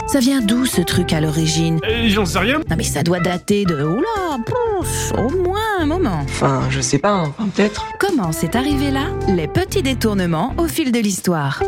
Ça vient d'où ce truc à l'origine ? J'en sais rien. Non mais ça doit dater de... au moins un moment. Enfin, je sais pas, peut-être. Comment c'est arrivé là ? Les petits détournements au fil de l'histoire.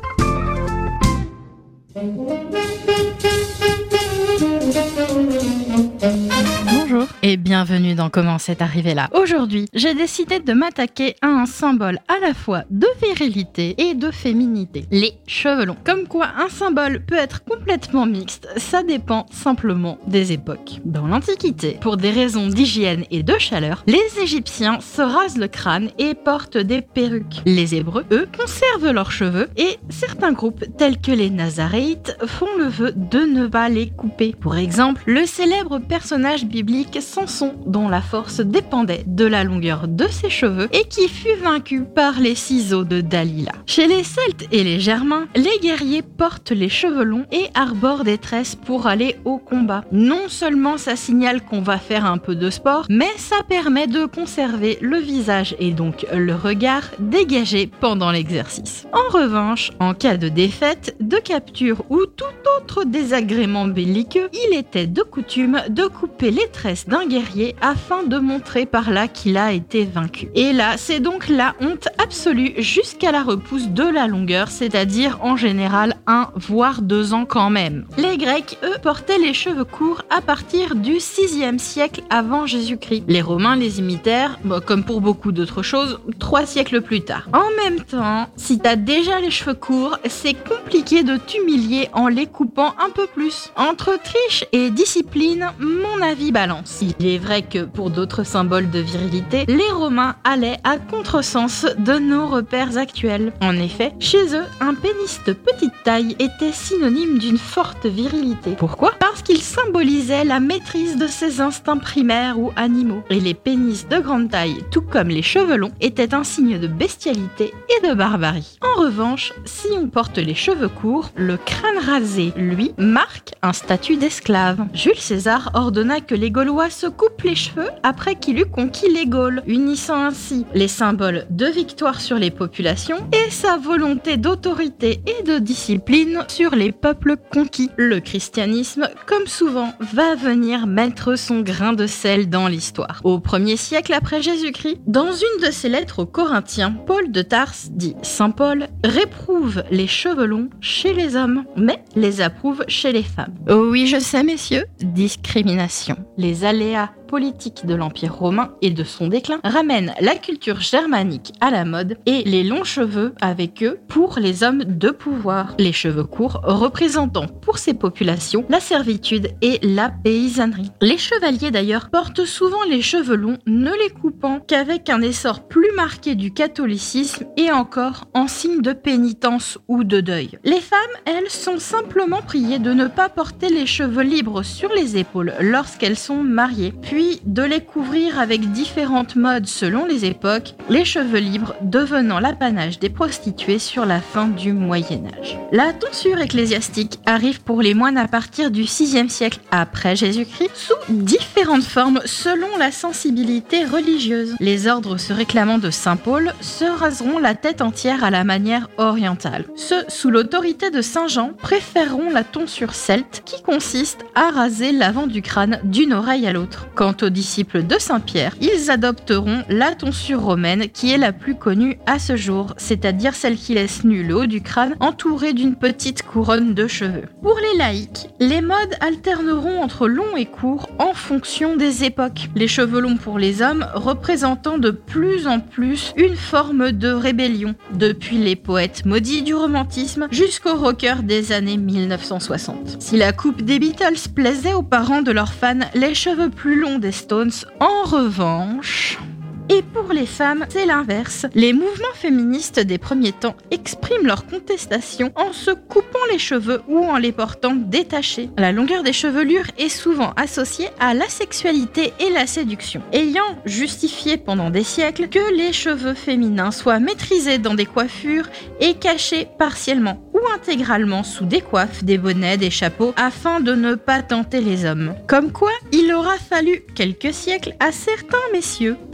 Bonjour et bienvenue dans Comment c'est arrivé là. Aujourd'hui, j'ai décidé de m'attaquer à un symbole à la fois de virilité et de féminité, les cheveux longs. Comme quoi un symbole peut être complètement mixte, ça dépend simplement des époques. Dans l'Antiquité, pour des raisons d'hygiène et de chaleur, les Égyptiens se rasent le crâne et portent des perruques. Les Hébreux, eux, conservent leurs cheveux et certains groupes, tels que les Nazaréites, font le vœu de ne pas les couper. Pour exemple, le célèbre personnage biblique Samson, dont la force dépendait de la longueur de ses cheveux et qui fut vaincu par les ciseaux de Dalila. Chez les Celtes et les Germains, les guerriers portent les cheveux longs et arborent des tresses pour aller au combat. Non seulement ça signale qu'on va faire un peu de sport, mais ça permet de conserver le visage et donc le regard dégagé pendant l'exercice. En revanche, en cas de défaite, de capture ou tout autre désagrément belliqueux, il était de coutume de couper les tresses d'un guerrier afin de montrer par là qu'il a été vaincu. Et là, c'est donc la honte absolue jusqu'à la repousse de la longueur, c'est-à-dire en général 1 voire 2 ans quand même. Les Grecs, eux, portaient les cheveux courts à partir du 6e siècle avant Jésus-Christ. Les Romains les imitèrent, comme pour beaucoup d'autres choses, 3 siècles plus tard. En même temps, si t'as déjà les cheveux courts, c'est compliqué de t'humilier en les coupant un peu plus. Entre triche et discipline, mon avis balance. Il est vrai que pour d'autres symboles de virilité, les Romains allaient à contresens de nos repères actuels. En effet, chez eux, un pénis de petite taille était synonyme d'une forte virilité. Pourquoi ? Parce qu'il symbolisait la maîtrise de ses instincts primaires ou animaux. Et les pénis de grande taille, tout comme les cheveux longs, étaient un signe de bestialité et de barbarie. En revanche, si on porte les cheveux courts, le crâne rasé, lui, marque un statut d'esclave. Jules César ordonna que les Gaulois se coupent les cheveux après qu'il eut conquis les Gaules, unissant ainsi les symboles de victoire sur les populations et sa volonté d'autorité et de discipline sur les peuples conquis. Le christianisme, comme souvent, va venir mettre son grain de sel dans l'histoire. Au 1er siècle après Jésus-Christ, dans une de ses lettres aux Corinthiens, Paul de Tarse, dit Saint Paul, réprouve les cheveux longs chez les hommes, mais les approuve chez les femmes. Oh oui, je sais, messieurs, discrimination. Les aléas politiques de l'Empire romain et de son déclin ramènent la culture germanique à la mode et les longs cheveux avec eux pour les hommes de pouvoir. Les cheveux courts représentant pour ces populations la servitude et la paysannerie. Les chevaliers d'ailleurs portent souvent les cheveux longs, ne les coupant qu'avec un essor plus marqué du catholicisme et encore en signe de pénitence ou de deuil. Les femmes, elles, sont simplement priées de ne pas porter les cheveux libres sur les épaules lorsqu'elles sont mariées, puis de les couvrir avec différentes modes selon les époques, les cheveux libres devenant l'apanage des prostituées sur la fin du Moyen-Âge. La tonsure ecclésiastique arrive pour les moines à partir du 6e siècle après Jésus-Christ sous différentes formes selon la sensibilité religieuse. Les ordres se réclamant de Saint Paul se raseront la tête entière à la manière orientale. Ceux sous l'autorité de Saint Jean préféreront la tonsure celte qui consiste à raser l'avant du crâne d'une oreille à l'autre. Quant aux disciples de Saint-Pierre, ils adopteront la tonsure romaine qui est la plus connue à ce jour, c'est-à-dire celle qui laisse nu le haut du crâne entouré d'une petite couronne de cheveux. Pour les laïcs, les modes alterneront entre long et court en fonction des époques. Les cheveux longs pour les hommes représentant de plus en plus une forme de rébellion, depuis les poètes maudits du romantisme jusqu'aux rockers des années 1960. Si la coupe des Beatles plaisait aux parents de leurs fans, les cheveux plus longs des Stones, en revanche... Et pour les femmes, c'est l'inverse. Les mouvements féministes des premiers temps expriment leur contestation en se coupant les cheveux ou en les portant détachés. La longueur des chevelures est souvent associée à la sexualité et la séduction, ayant justifié pendant des siècles que les cheveux féminins soient maîtrisés dans des coiffures et cachés partiellement ou intégralement sous des coiffes, des bonnets, des chapeaux, afin de ne pas tenter les hommes. Comme quoi, il aura fallu quelques siècles à certains messieurs pour apprendre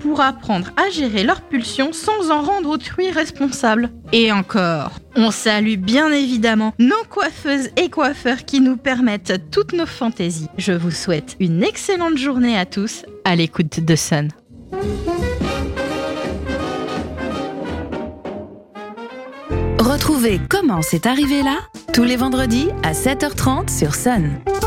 apprendre à gérer leurs pulsions sans en rendre autrui responsable. Et encore, on salue bien évidemment nos coiffeuses et coiffeurs qui nous permettent toutes nos fantaisies. Je vous souhaite une excellente journée à tous à l'écoute de Sun. Retrouvez Comment c'est arrivé là tous les vendredis à 7h30 sur Sun.